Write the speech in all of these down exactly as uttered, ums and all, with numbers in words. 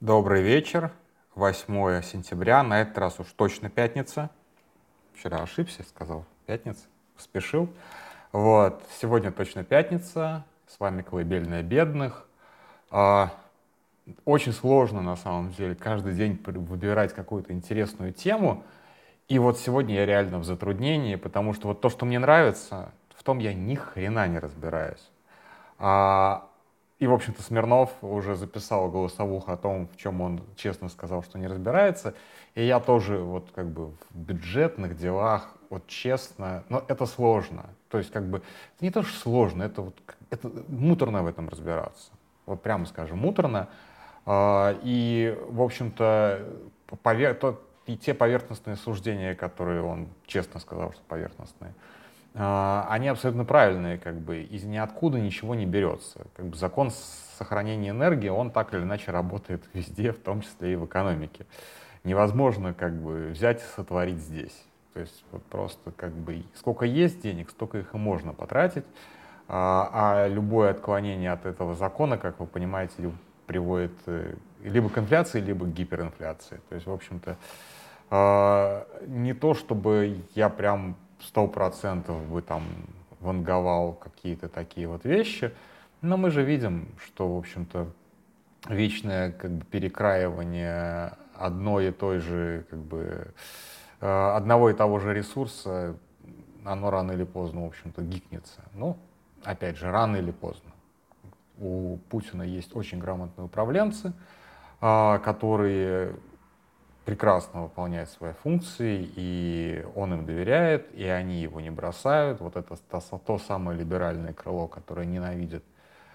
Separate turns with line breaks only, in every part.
Добрый вечер. восьмое сентября, на этот раз уж точно пятница. Вчера ошибся, сказал пятница, спешил. Вот, сегодня точно пятница, с вами «Колыбельная бедных». А, Очень сложно, на самом деле, каждый день при- выбирать какую-то интересную тему. И вот сегодня я реально в затруднении, потому что вот то, что мне нравится, в том я ни хрена не разбираюсь. А, и, в общем-то, Смирнов уже записал голосовуху о том, в чем он честно сказал, что не разбирается. И я тоже вот как бы в бюджетных делах, вот честно, но это сложно. То есть как бы это не то, что сложно, это вот к- это муторно в этом разбираться. Вот прямо скажем, муторно. А, И, в общем-то, повер- то- и те поверхностные суждения, которые он честно сказал, что поверхностные, а, они абсолютно правильные, как бы из ниоткуда ничего не берется. Как бы закон сохранения энергии, он так или иначе работает везде, в том числе и в экономике. Невозможно как бы взять и сотворить здесь. То есть вот просто как бы сколько есть денег, столько их и можно потратить. А, а любое отклонение от этого закона, как вы понимаете, либо приводит э, либо к инфляции, либо к гиперинфляции. То есть, в общем-то, а, не то чтобы я прям сто процентов бы там ванговал какие-то такие вот вещи, но мы же видим, что, в общем-то, вечное как бы перекраивание одной и той же, как бы, э, одного и того же ресурса, оно рано или поздно, в общем-то, гикнется. Ну, опять же, рано или поздно. У Путина есть очень грамотные управленцы, а, которые прекрасно выполняют свои функции, и он им доверяет, и они его не бросают. Вот это то, то самое либеральное крыло, которое ненавидит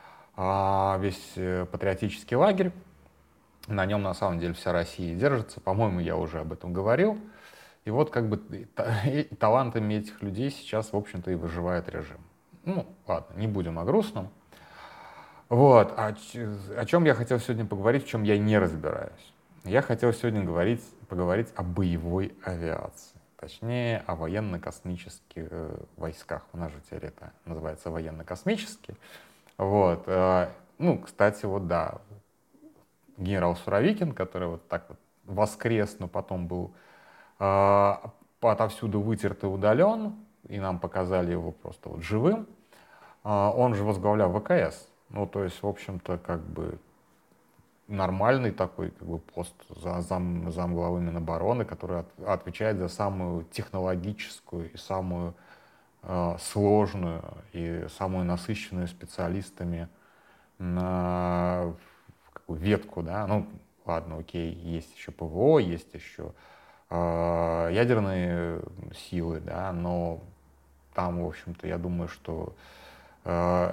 а, весь э, патриотический лагерь. На нем на самом деле вся Россия держится. По-моему, я уже об этом говорил. И вот как бы и та- и талантами этих людей сейчас, в общем-то, и выживает режим. Ну, ладно, не будем о грустном. Вот, о, ч- о чем я хотел сегодня поговорить, в чем я не разбираюсь. Я хотел сегодня говорить, поговорить о боевой авиации. Точнее, о военно-космических э, войсках. У нас же теперь это называется военно-космические. Вот. э, Ну, кстати, вот да, генерал Суровикин, который вот так вот воскрес, но потом был э, отовсюду вытерт и удален, и нам показали его просто вот живым. А, Он же возглавлял ВКС. Ну, то есть, в общем-то, как бы нормальный такой как бы пост за зам, замглавы Минобороны, который от- отвечает за самую технологическую и самую э, сложную и самую насыщенную специалистами на какую ветку, да. Ну, ладно, окей, есть еще ПВО, есть еще э, ядерные силы, да, но там, в общем-то, я думаю, что э,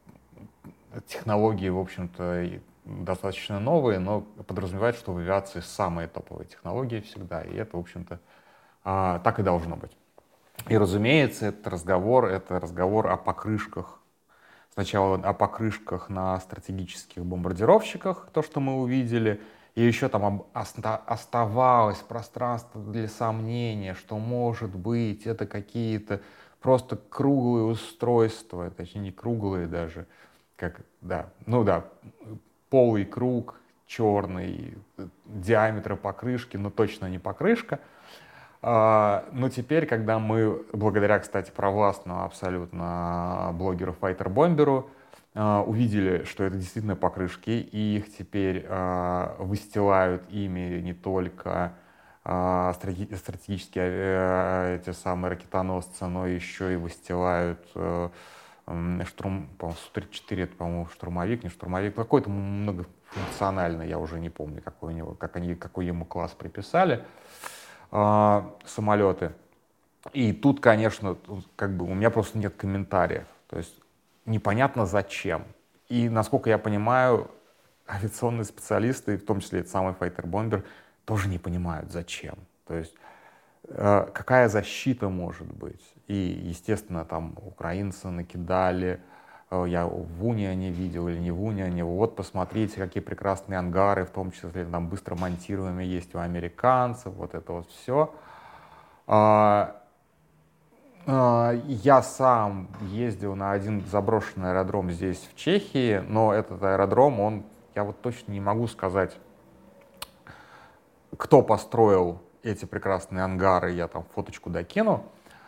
технологии, в общем-то, и достаточно новые, но подразумевает, что в авиации самые топовые технологии всегда, и это, в общем-то, а, так и должно быть. И, разумеется, этот разговор, это разговор о покрышках. Сначала о покрышках на стратегических бомбардировщиках, то, что мы увидели, и еще там об- оста- оставалось пространство для сомнения, что, может быть, это какие-то просто круглые устройства, точнее, не круглые даже, как, да, ну да, полый круг, черный, э, диаметра покрышки, но точно не покрышка. А, Но теперь, когда мы, благодаря, кстати, провластному абсолютно блогеру Файтер Бомберу, а, увидели, что это действительно покрышки, и их теперь а, выстилают ими не только а, стратеги- стратегические авиа- эти самые ракетоносцы, но еще и выстилают э, м, штурм, по-моему, Су тридцать четыре, это, по-моему, штурмовик, не штурмовик, какой-то многофункциональный, я уже не помню, какой у него, как они, какой ему класс приписали, а, самолеты. И тут, конечно, тут как бы у меня просто нет комментариев. То есть непонятно зачем. И, насколько я понимаю, авиационные специалисты, в том числе и этот самый файтер-бомбер, тоже не понимают зачем. То есть э, какая защита может быть. И, естественно, там украинцы накидали, э, я в Униане видел или не в Униане, вот посмотрите, какие прекрасные ангары, в том числе там быстро монтируемые есть у американцев, вот это вот все. А, а, Я сам ездил на один заброшенный аэродром здесь, в Чехии, но этот аэродром, он, я вот точно не могу сказать, кто построил эти прекрасные ангары, я там фоточку докину.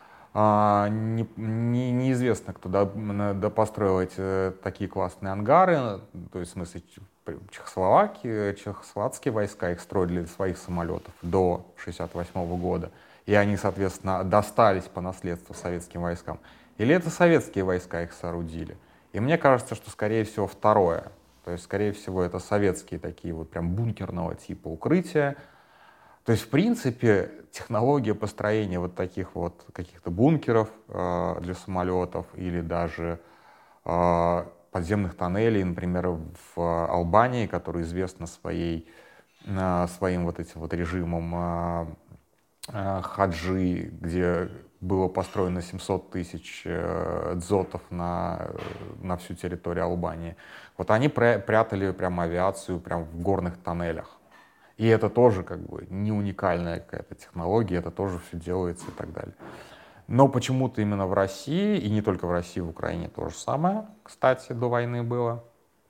А, не, не, неизвестно, кто да, да построил эти такие классные ангары, то есть в смысле Чехословакии, чехословацкие войска их строили для своих самолетов до шестьдесят восьмого года, и они, соответственно, достались по наследству советским войскам. Или это советские войска их соорудили? И мне кажется, что, скорее всего, второе. То есть, скорее всего, это советские такие вот прям бункерного типа укрытия. То есть, в принципе, технология построения вот таких вот каких-то бункеров э, для самолетов или даже э, подземных тоннелей, например, в Албании, которая известна своей, э, своим вот этим вот режимом э, э, хаджи, где было построено семьсот тысяч э, дзотов на, на всю территорию Албании. Вот они пря- прятали прям авиацию прям в горных тоннелях. И это тоже как бы не уникальная какая-то технология, это тоже все делается и так далее. Но почему-то именно в России, и не только в России, в Украине то же самое, кстати, до войны было,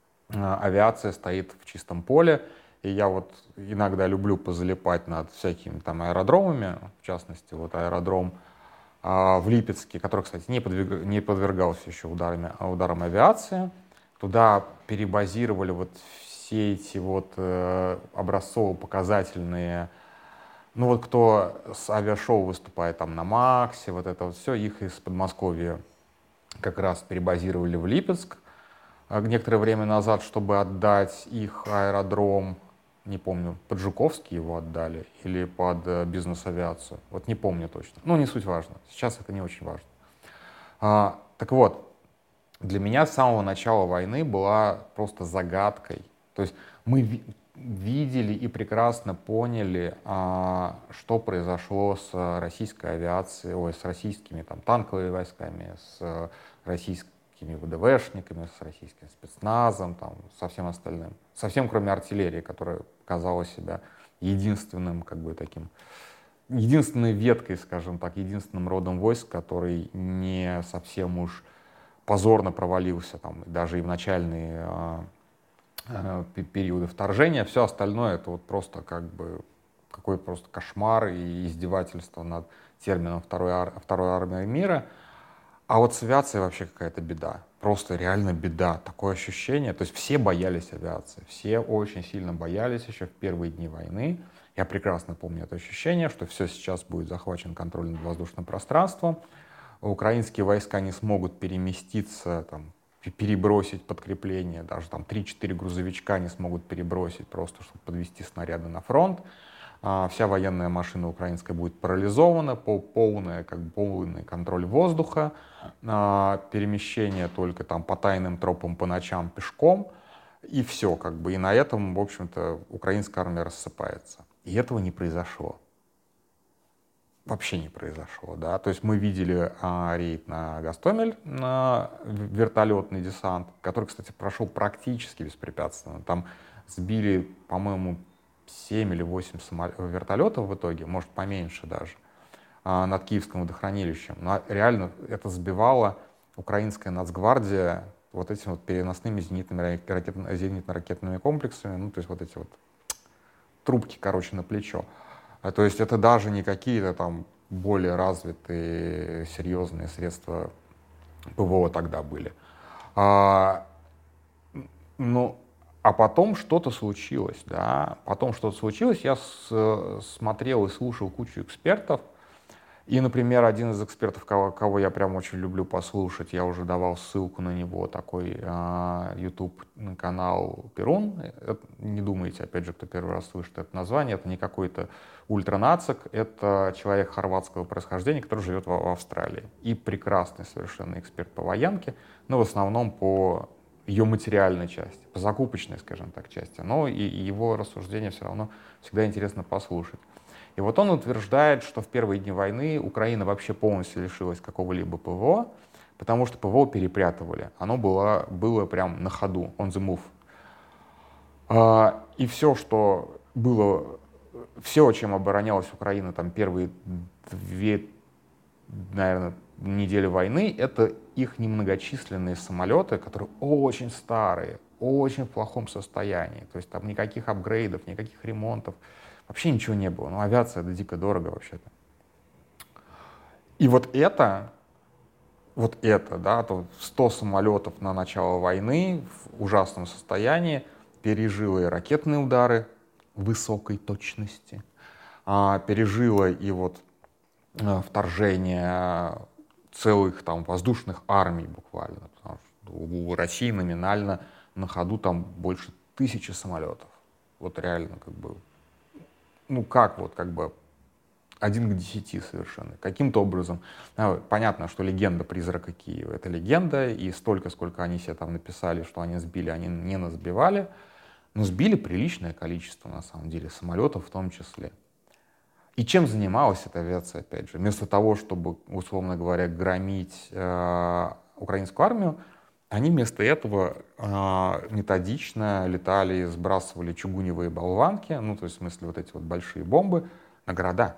авиация стоит в чистом поле. И я вот иногда люблю позалипать над всякими там аэродромами, в частности, вот аэродром а, в Липецке, который, кстати, не, подвиг... не подвергался еще ударами, ударам авиации. Туда перебазировали вот все эти вот э, образцово-показательные, ну вот кто с авиашоу выступает там на Максе, вот это вот все, их из Подмосковья как раз перебазировали в Липецк э, некоторое время назад, чтобы отдать их аэродром, не помню, под Жуковский его отдали или под э, бизнес-авиацию, вот не помню точно, ну не суть важно, сейчас это не очень важно. А, так вот, для меня с самого начала войны была просто загадкой. То есть мы ви- видели и прекрасно поняли, а, что произошло с российской авиацией, ой, с российскими там, танковыми войсками, с российскими ВДВшниками, с российским спецназом, там, со всем остальным. Совсем кроме артиллерии, которая показала себя единственным, как бы таким, единственной веткой, скажем так, единственным родом войск, который не совсем уж позорно провалился там, даже и в начальные э, э, периоды вторжения. Все остальное это вот просто как бы какой-то просто кошмар и издевательство над термином второй, ар- второй армии мира. А вот с авиацией вообще какая-то беда. Просто реально беда. Такое ощущение. То есть все боялись авиации. Все очень сильно боялись еще в первые дни войны. Я прекрасно помню это ощущение, что все сейчас будет захвачен контроль над воздушным пространством. Украинские войска не смогут переместиться, там, перебросить подкрепление, даже там три-четыре грузовичка не смогут перебросить просто, чтобы подвести снаряды на фронт. А, вся военная машина украинская будет парализована, по полная, как бы, полный контроль воздуха, а, перемещение только там по тайным тропам по ночам пешком, и все, как бы, и на этом, в общем-то, украинская армия рассыпается. И этого не произошло. Вообще не произошло, да. То есть мы видели а, рейд на Гастомель, на вертолетный десант, который, кстати, прошел практически беспрепятственно. Там сбили, по-моему, семь или восемь самол... вертолетов в итоге, может, поменьше даже, а, над Киевским водохранилищем. Но реально это сбивала украинская нацгвардия вот этими вот переносными зенитными ракет... зенитно-ракетными комплексами, ну, то есть вот эти вот трубки, короче, на плечо. А, то есть это даже не какие-то там более развитые, серьезные средства ПВО тогда были. А, ну, а потом что-то случилось, да, потом что-то случилось, я с, смотрел и слушал кучу экспертов, и, например, один из экспертов, кого, кого я прям очень люблю послушать, я уже давал ссылку на него, такой э, YouTube-канал Перун. Это, не думайте, опять же, кто первый раз слышит это название, это не какой-то ультранацик, это человек хорватского происхождения, который живет в, в Австралии. И прекрасный совершенно эксперт по военке, но в основном по ее материальной части, по закупочной, скажем так, части. Но и, и его рассуждения все равно всегда интересно послушать. И вот он утверждает, что в первые дни войны Украина вообще полностью лишилась какого-либо ПВО, потому что ПВО перепрятывали. Оно было, было прям на ходу, on the move. А, и все, что было, все, чем оборонялась Украина там первые две, наверное, недели войны, это их немногочисленные самолеты, которые очень старые, очень в плохом состоянии. То есть там никаких апгрейдов, никаких ремонтов, вообще ничего не было. Ну, авиация — это дико дорого вообще-то. И вот это, вот это, да, то сто самолетов на начало войны в ужасном состоянии, пережило и ракетные удары высокой точности, а, пережило и вот а, вторжение целых там воздушных армий буквально, потому что у России номинально на ходу там больше тысячи самолетов. Вот реально как бы, ну как вот как бы один к десяти совершенно. Каким-то образом. А, понятно, что легенда призрака Киева — это легенда, и столько, сколько они себе там написали, что они сбили, они не насбивали, но сбили приличное количество, на самом деле, самолетов в том числе. И чем занималась эта авиация, опять же? Вместо того, чтобы, условно говоря, громить э, украинскую армию, они вместо этого э, методично летали, сбрасывали чугуневые болванки, ну, то есть, в смысле, вот эти вот большие бомбы на города.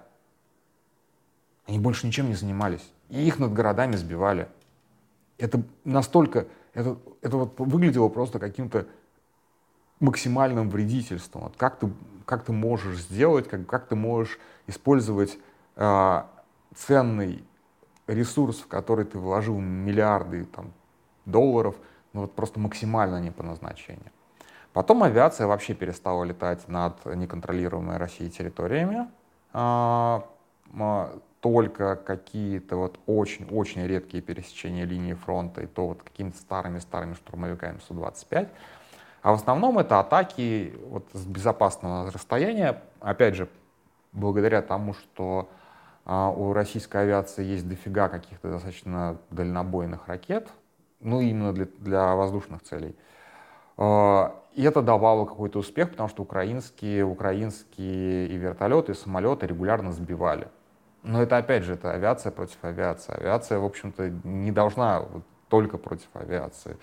Они больше ничем не занимались. И их над городами сбивали. Это настолько... Это, это вот выглядело просто каким-то максимальным вредительством. Вот как, ты, как ты можешь сделать, как, как ты можешь использовать э, ценный ресурс, в который ты вложил миллиарды там, долларов, ну вот просто максимально не по назначению. Потом авиация вообще перестала летать над неконтролируемой Россией территориями. Э, э, только какие-то вот очень-очень редкие пересечения линии фронта, и то вот какими-то старыми-старыми штурмовиками Су двадцать пять. А в основном это атаки вот с безопасного расстояния, опять же, благодаря тому, что а, у российской авиации есть дофига каких-то достаточно дальнобойных ракет, ну именно для, для воздушных целей. А, и это давало какой-то успех, потому что украинские, украинские и вертолеты, и самолеты регулярно сбивали. Но это, опять же, это авиация против авиации. Авиация, в общем-то, не должна вот только против авиации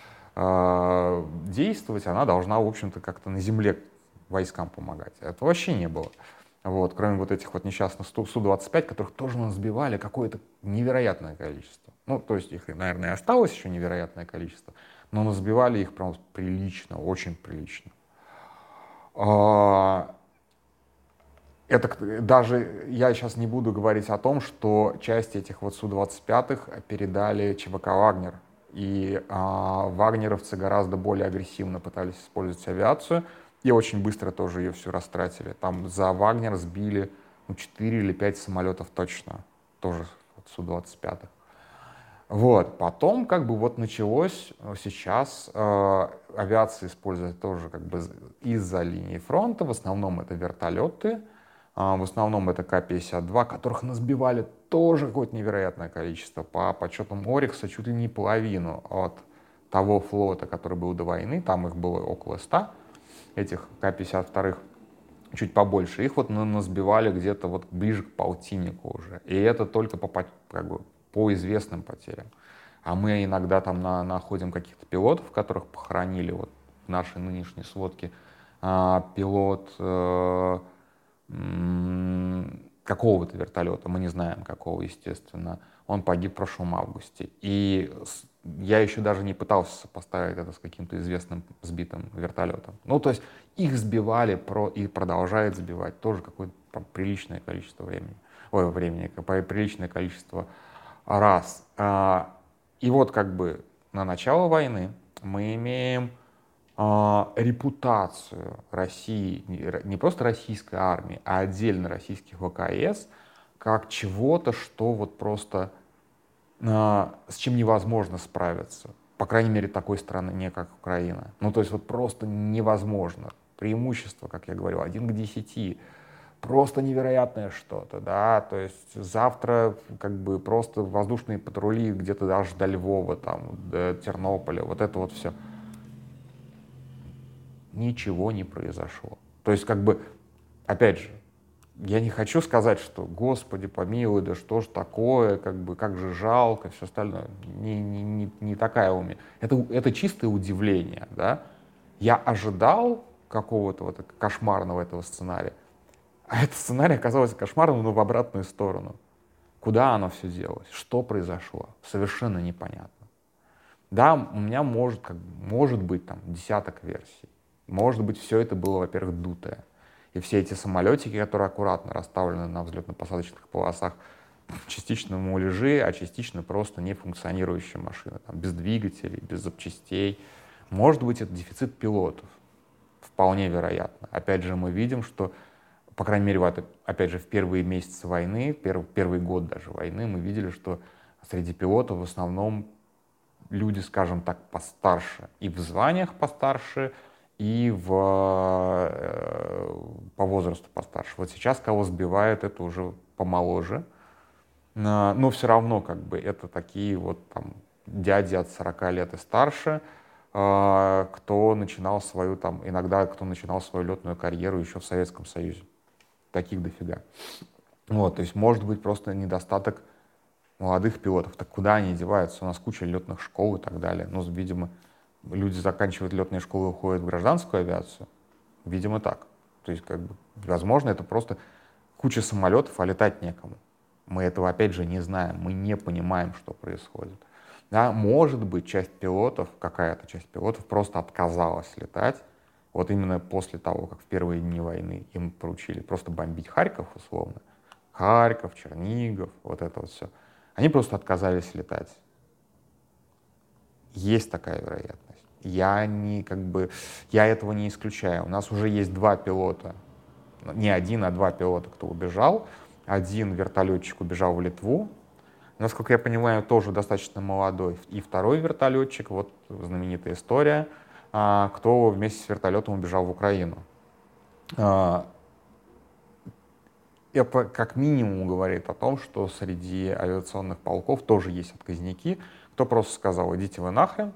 действовать, она должна, в общем-то, как-то на земле войскам помогать. Этого вообще не было. Вот, кроме вот этих вот несчастных Су двадцать пять, которых тоже нас сбивали какое-то невероятное количество. Ну, то есть их, наверное, и осталось еще невероятное количество, но нас сбивали их прям прилично, очень прилично. Это даже, я сейчас не буду говорить о том, что часть этих вот Су двадцать пять передали ЧВК «Вагнер». И а, вагнеровцы гораздо более агрессивно пытались использовать авиацию и очень быстро тоже ее всю растратили. Там за «Вагнер» сбили ну, четыре или пять самолетов точно, тоже вот Су двадцать пять. Вот. Потом как бы вот началось сейчас э, авиация используется тоже как бы из-за линии фронта. В основном это вертолеты, в основном это Ка пятьдесят два, которых насбивали тоже какое-то невероятное количество. По подсчетам Орикса чуть ли не половину от того флота, который был до войны. Там их было около ста, этих Ка пятьдесят два, чуть побольше. Их вот насбивали где-то вот ближе к полтиннику уже. И это только по, как бы, по известным потерям. А мы иногда там на, находим каких-то пилотов, которых похоронили вот в нашей нынешней сводке. А, пилот... Э, какого-то вертолета, мы не знаем какого, естественно, он погиб в прошлом августе. И я еще даже не пытался сопоставить это с каким-то известным сбитым вертолетом. Ну, то есть их сбивали про, и продолжают сбивать тоже какое-то приличное количество времени. Ой, времени, приличное количество раз. И вот как бы на начало войны мы имеем репутацию России, не просто российской армии, а отдельно российских вэ ка эс, как чего-то, что вот просто с чем невозможно справиться. По крайней мере, такой страны не как Украина. Ну, то есть вот просто невозможно. Преимущество, как я говорил, один к десяти. Просто невероятное что-то, да, то есть завтра как бы просто воздушные патрули где-то даже до Львова, там, до Тернополя, вот это вот все. Ничего не произошло. То есть, как бы, опять же, я не хочу сказать, что, Господи, помилуй, да что ж такое, как бы, как же жалко, все остальное. Не, не, не, не такая у меня. Это, это чистое удивление, да. Я ожидал какого-то вот кошмарного этого сценария, а этот сценарий оказался кошмарным, но в обратную сторону. Куда оно все делось? Что произошло? Совершенно непонятно. Да, у меня может, как, может быть там десяток версий. Может быть, все это было, во-первых, дутое. И все эти самолетики, которые аккуратно расставлены на взлетно-посадочных полосах, частично муляжи, а частично просто нефункционирующая машина, там, без двигателей, без запчастей. Может быть, это дефицит пилотов. Вполне вероятно. Опять же, мы видим, что, по крайней мере, вот, опять же, в первые месяцы войны, перв, первый год даже войны, мы видели, что среди пилотов в основном люди, скажем так, постарше. И в званиях постарше, и в, э, по возрасту постарше. Вот сейчас кого сбивают, это уже помоложе. Но все равно как бы это такие вот там дяди от сорока лет и старше, э, кто начинал свою там, иногда кто начинал свою летную карьеру еще в Советском Союзе. Таких дофига. Вот, то есть может быть просто недостаток молодых пилотов. Так куда они деваются? У нас куча летных школ и так далее. Ну, видимо, люди заканчивают летные школы и уходят в гражданскую авиацию. Видимо, так. То есть, как бы, возможно, это просто куча самолетов, а летать некому. Мы этого, опять же, не знаем. Мы не понимаем, что происходит. Да, может быть, часть пилотов, какая-то часть пилотов просто отказалась летать. Вот именно после того, как в первые дни войны им поручили просто бомбить Харьков, условно. Харьков, Чернигов, вот это вот все. Они просто отказались летать. Есть такая вероятность. Я не, как бы, я этого не исключаю. У нас уже есть два пилота, не один, а два пилота, кто убежал. Один вертолетчик убежал в Литву, насколько я понимаю, тоже достаточно молодой. И второй вертолетчик, вот знаменитая история, кто вместе с вертолетом убежал в Украину. Это как минимум говорит о том, что среди авиационных полков тоже есть отказники, кто просто сказал: идите вы нахрен.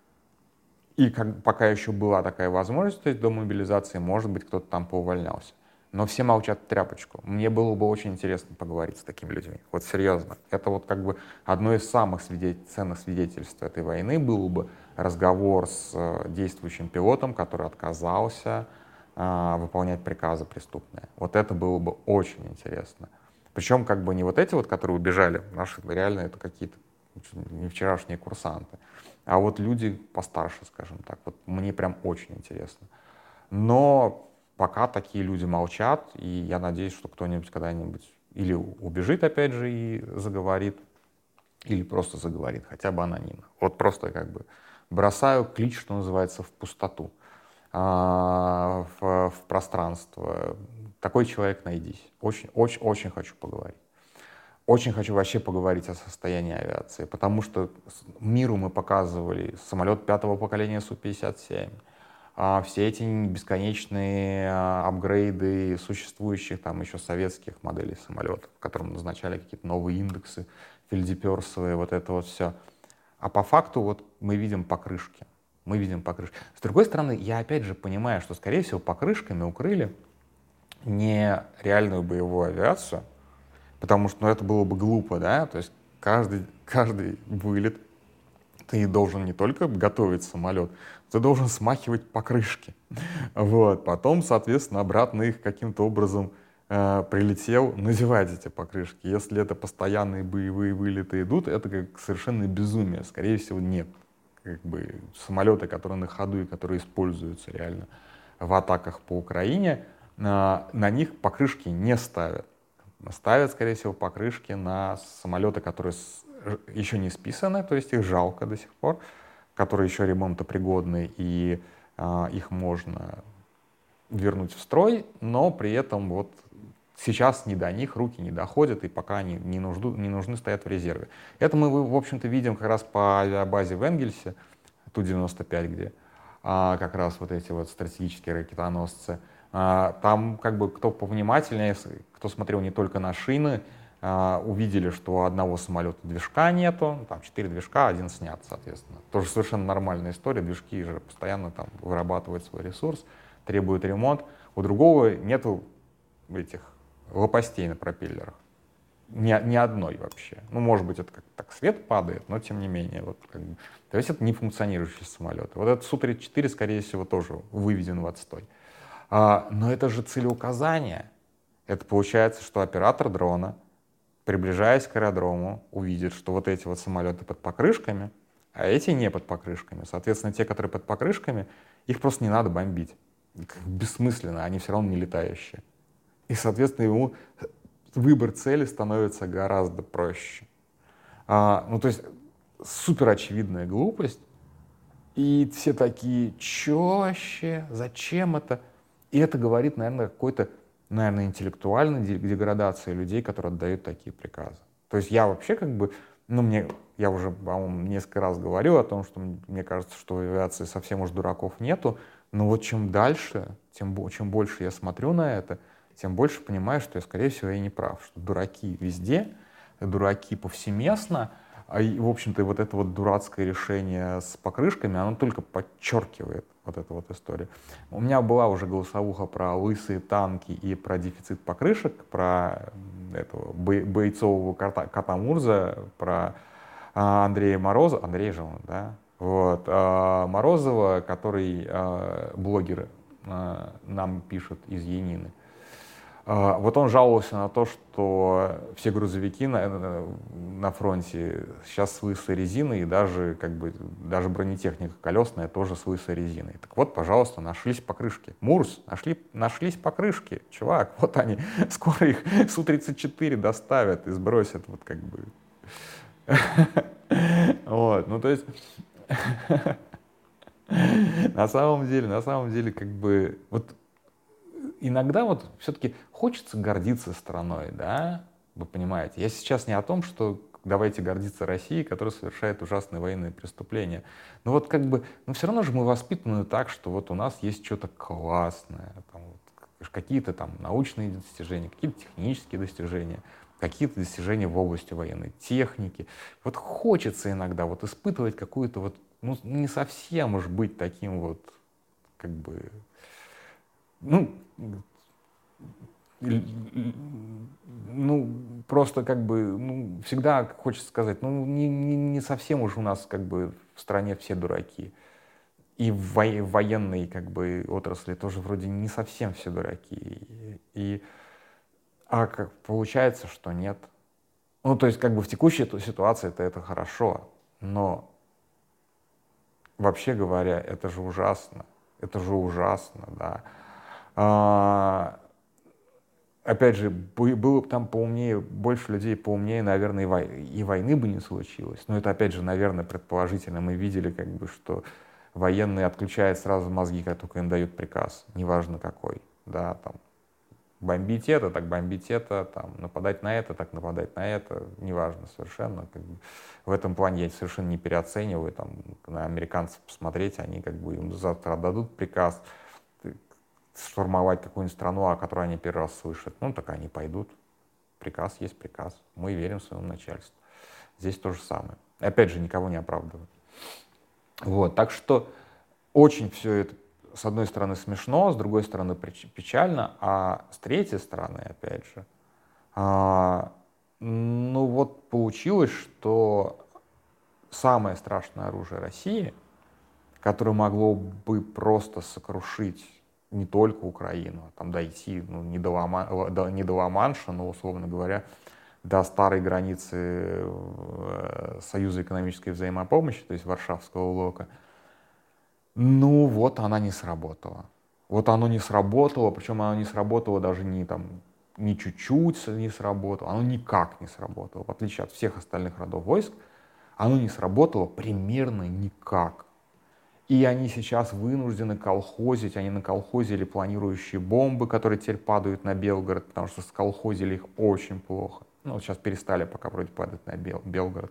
И как, пока еще была такая возможность, то есть до мобилизации, может быть, кто-то там поувольнялся. Но все молчат в тряпочку. Мне было бы очень интересно поговорить с такими людьми. Вот серьезно. Это вот как бы одно из самых свидетель... ценных свидетельств этой войны был бы разговор с действующим пилотом, который отказался э, выполнять приказы преступные. Вот это было бы очень интересно. Причем как бы не вот эти вот, которые убежали, наши реально это какие-то не вчерашние курсанты, а вот люди постарше, скажем так. Вот мне прям очень интересно. Но пока такие люди молчат, и я надеюсь, что кто-нибудь когда-нибудь или убежит опять же и заговорит, или просто заговорит, хотя бы анонимно. Вот просто как бы бросаю клич, что называется, в пустоту, в, в пространство. Такой человек найдись. Очень, очень, очень хочу поговорить. Очень хочу вообще поговорить о состоянии авиации, потому что миру мы показывали самолет пятого поколения Су пятьдесят семь, а все эти бесконечные апгрейды существующих там еще советских моделей самолетов, которым назначали какие-то новые индексы, фельдеперсовые, вот это вот все. А по факту вот мы видим покрышки. Мы видим покрышки. С другой стороны, я опять же понимаю, что, скорее всего, покрышками укрыли не реальную боевую авиацию, потому что ну, это было бы глупо, да, то есть каждый, каждый вылет ты должен не только готовить самолет, ты должен смахивать покрышки. Вот. Потом, соответственно, обратно их каким-то образом э, прилетел надевать эти покрышки. Если это постоянные боевые вылеты идут, это как совершенно безумие. Скорее всего, нет. Как бы самолеты, которые на ходу и которые используются реально в атаках по Украине, э, на них покрышки не ставят. Ставят, скорее всего, покрышки на самолеты, которые с, еще не списаны, то есть их жалко до сих пор, которые еще ремонтопригодны, и э, их можно вернуть в строй, но при этом вот сейчас не до них, руки не доходят, и пока они не, нужду, не нужны, стоят в резерве. Это мы, в общем-то, видим как раз по авиабазе в Энгельсе, Ту девяносто пять, где а, как раз вот эти вот стратегические ракетоносцы. А, там как бы кто повнимательнее, кто смотрел не только на шины, а, увидели, что у одного самолета движка нету, там четыре движка, один снят, соответственно. Тоже совершенно нормальная история, движки же постоянно там вырабатывают свой ресурс, требуют ремонт. У другого нету этих лопастей на пропеллерах. Ни, ни одной вообще. Ну, может быть, это как так свет падает, но тем не менее. Вот, как бы, то есть это не функционирующие самолеты. Вот этот Су тридцать четыре, скорее всего, тоже выведен в отстой. А, но это же целеуказание. Это получается, что оператор дрона, приближаясь к аэродрому, увидит, что вот эти вот самолеты под покрышками, а эти не под покрышками. Соответственно, те, которые под покрышками, их просто не надо бомбить. Бессмысленно, они все равно не летающие. И, соответственно, ему выбор цели становится гораздо проще. А, ну, то есть, супер очевидная глупость. И все такие, чё вообще, зачем это? И это говорит, наверное, какой-то, наверное, интеллектуальной деградации людей, которые отдают такие приказы. То есть я вообще как бы, ну, мне, я уже, по-моему, несколько раз говорил о том, что мне кажется, что в авиации совсем уж дураков нету, но вот чем дальше, тем, чем больше я смотрю на это, тем больше понимаю, что я, скорее всего, я не прав, что дураки везде, дураки повсеместно, а и, в общем-то, вот это вот дурацкое решение с покрышками, оно только подчеркивает вот эту вот историю. У меня была уже голосовуха про лысые танки и про дефицит покрышек, про этого бойцового кота, кота Мурза, про а, Андрея Морозова, Андрей же он, да, вот, а, Морозова, который а, блогер а, нам пишет из Янины. Вот он жаловался на то, что все грузовики на, на фронте сейчас с лысой резиной, и даже, как бы, даже бронетехника колесная тоже с лысой резиной. Так вот, пожалуйста, нашлись покрышки. Мурс, нашли, нашлись покрышки. Чувак, вот они, скоро их Су тридцать четыре доставят и сбросят, вот как бы. Вот, ну то есть, на самом деле, на самом деле, как бы, вот, иногда вот все-таки хочется гордиться страной, да, вы понимаете. Я сейчас не о том, что давайте гордиться Россией, которая совершает ужасные военные преступления. Но вот как бы, ну все равно же мы воспитаны так, что вот у нас есть что-то классное, там, вот, какие-то там научные достижения, какие-то технические достижения, какие-то достижения в области военной техники. Вот хочется иногда вот испытывать какую-то вот, ну не совсем уж быть таким вот, как бы, ну, ну, просто как бы, ну, всегда хочется сказать, ну, не, не, не совсем уж у нас как бы в стране все дураки. И в, во, в военной как бы отрасли тоже вроде не совсем все дураки. И, и, а как получается, что нет. Ну, то есть как бы в текущей ситуации это, это хорошо, но вообще говоря, это же ужасно. Это же ужасно, да. А, опять же, было бы там поумнее, больше людей поумнее, наверное, и, вой, и войны бы не случилось. Но это, опять же, наверное, предположительно. Мы видели, как бы, что военные отключают сразу мозги, как только им дают приказ, неважно какой. Да, там, бомбить это, так бомбить это, там, нападать на это, так нападать на это, неважно совершенно. Как бы. В этом плане я совершенно не переоцениваю. Там, на американцев посмотреть, они как бы им завтра отдадут приказ штурмовать какую-нибудь страну, о которой они первый раз слышат. Ну, так они пойдут. Приказ есть приказ. Мы верим своему начальству. Здесь то же самое. И опять же, никого не оправдываю. Вот, так что очень все это, с одной стороны, смешно, с другой стороны, печально, а с третьей стороны, опять же, а, ну вот получилось, что самое страшное оружие России, которое могло бы просто сокрушить не только Украину, а там дойти, ну, не до, Ла, до, не до Ла-Манша, но, условно говоря, до старой границы э, Союза экономической взаимопомощи, то есть Варшавского блока, ну вот она не сработала. Вот оно не сработало, причем оно не сработало даже не там, не чуть-чуть не сработало, оно никак не сработало. В отличие от всех остальных родов войск, оно не сработало примерно никак. И они сейчас вынуждены колхозить, они наколхозили планирующие бомбы, которые теперь падают на Белгород, потому что сколхозили их очень плохо. Ну, вот сейчас перестали пока вроде падать на Бел, Белгород.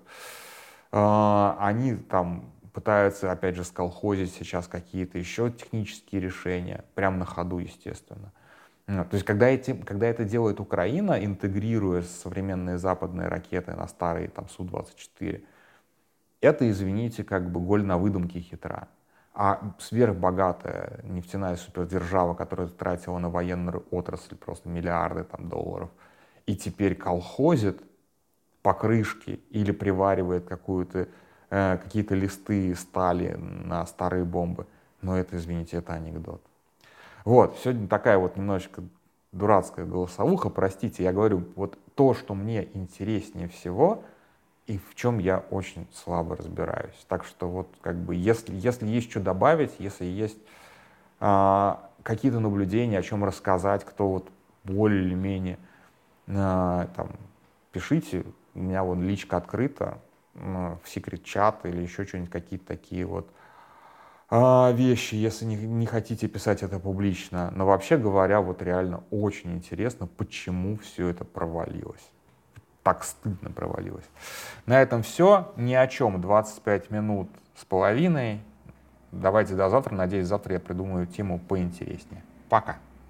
А, они там пытаются, опять же, сколхозить сейчас какие-то еще технические решения, прямо на ходу, естественно. То есть, когда, эти, когда это делает Украина, интегрируя современные западные ракеты на старые там Су двадцать четыре, это, извините, как бы голь на выдумке хитра. А сверхбогатая нефтяная супердержава, которая тратила на военную отрасль просто миллиарды там, долларов, и теперь колхозит покрышки или приваривает какую-то, э, какие-то листы стали на старые бомбы, но это, извините, это анекдот. Вот, сегодня такая вот немножечко дурацкая голосовуха, простите, я говорю, вот то, что мне интереснее всего, и в чем я очень слабо разбираюсь. Так что вот как бы если, если есть что добавить, если есть а, какие-то наблюдения, о чем рассказать, кто вот более или менее, а, там, пишите, у меня вон личка открыта, а, в секрет-чат или еще что-нибудь, какие-то такие вот а, вещи, если не, не хотите писать это публично. Но вообще говоря, вот реально очень интересно, почему все это провалилось. Так стыдно провалилось. На этом все. Ни о чем. двадцать пять минут с половиной. Давайте до завтра. Надеюсь, завтра я придумаю тему поинтереснее. Пока.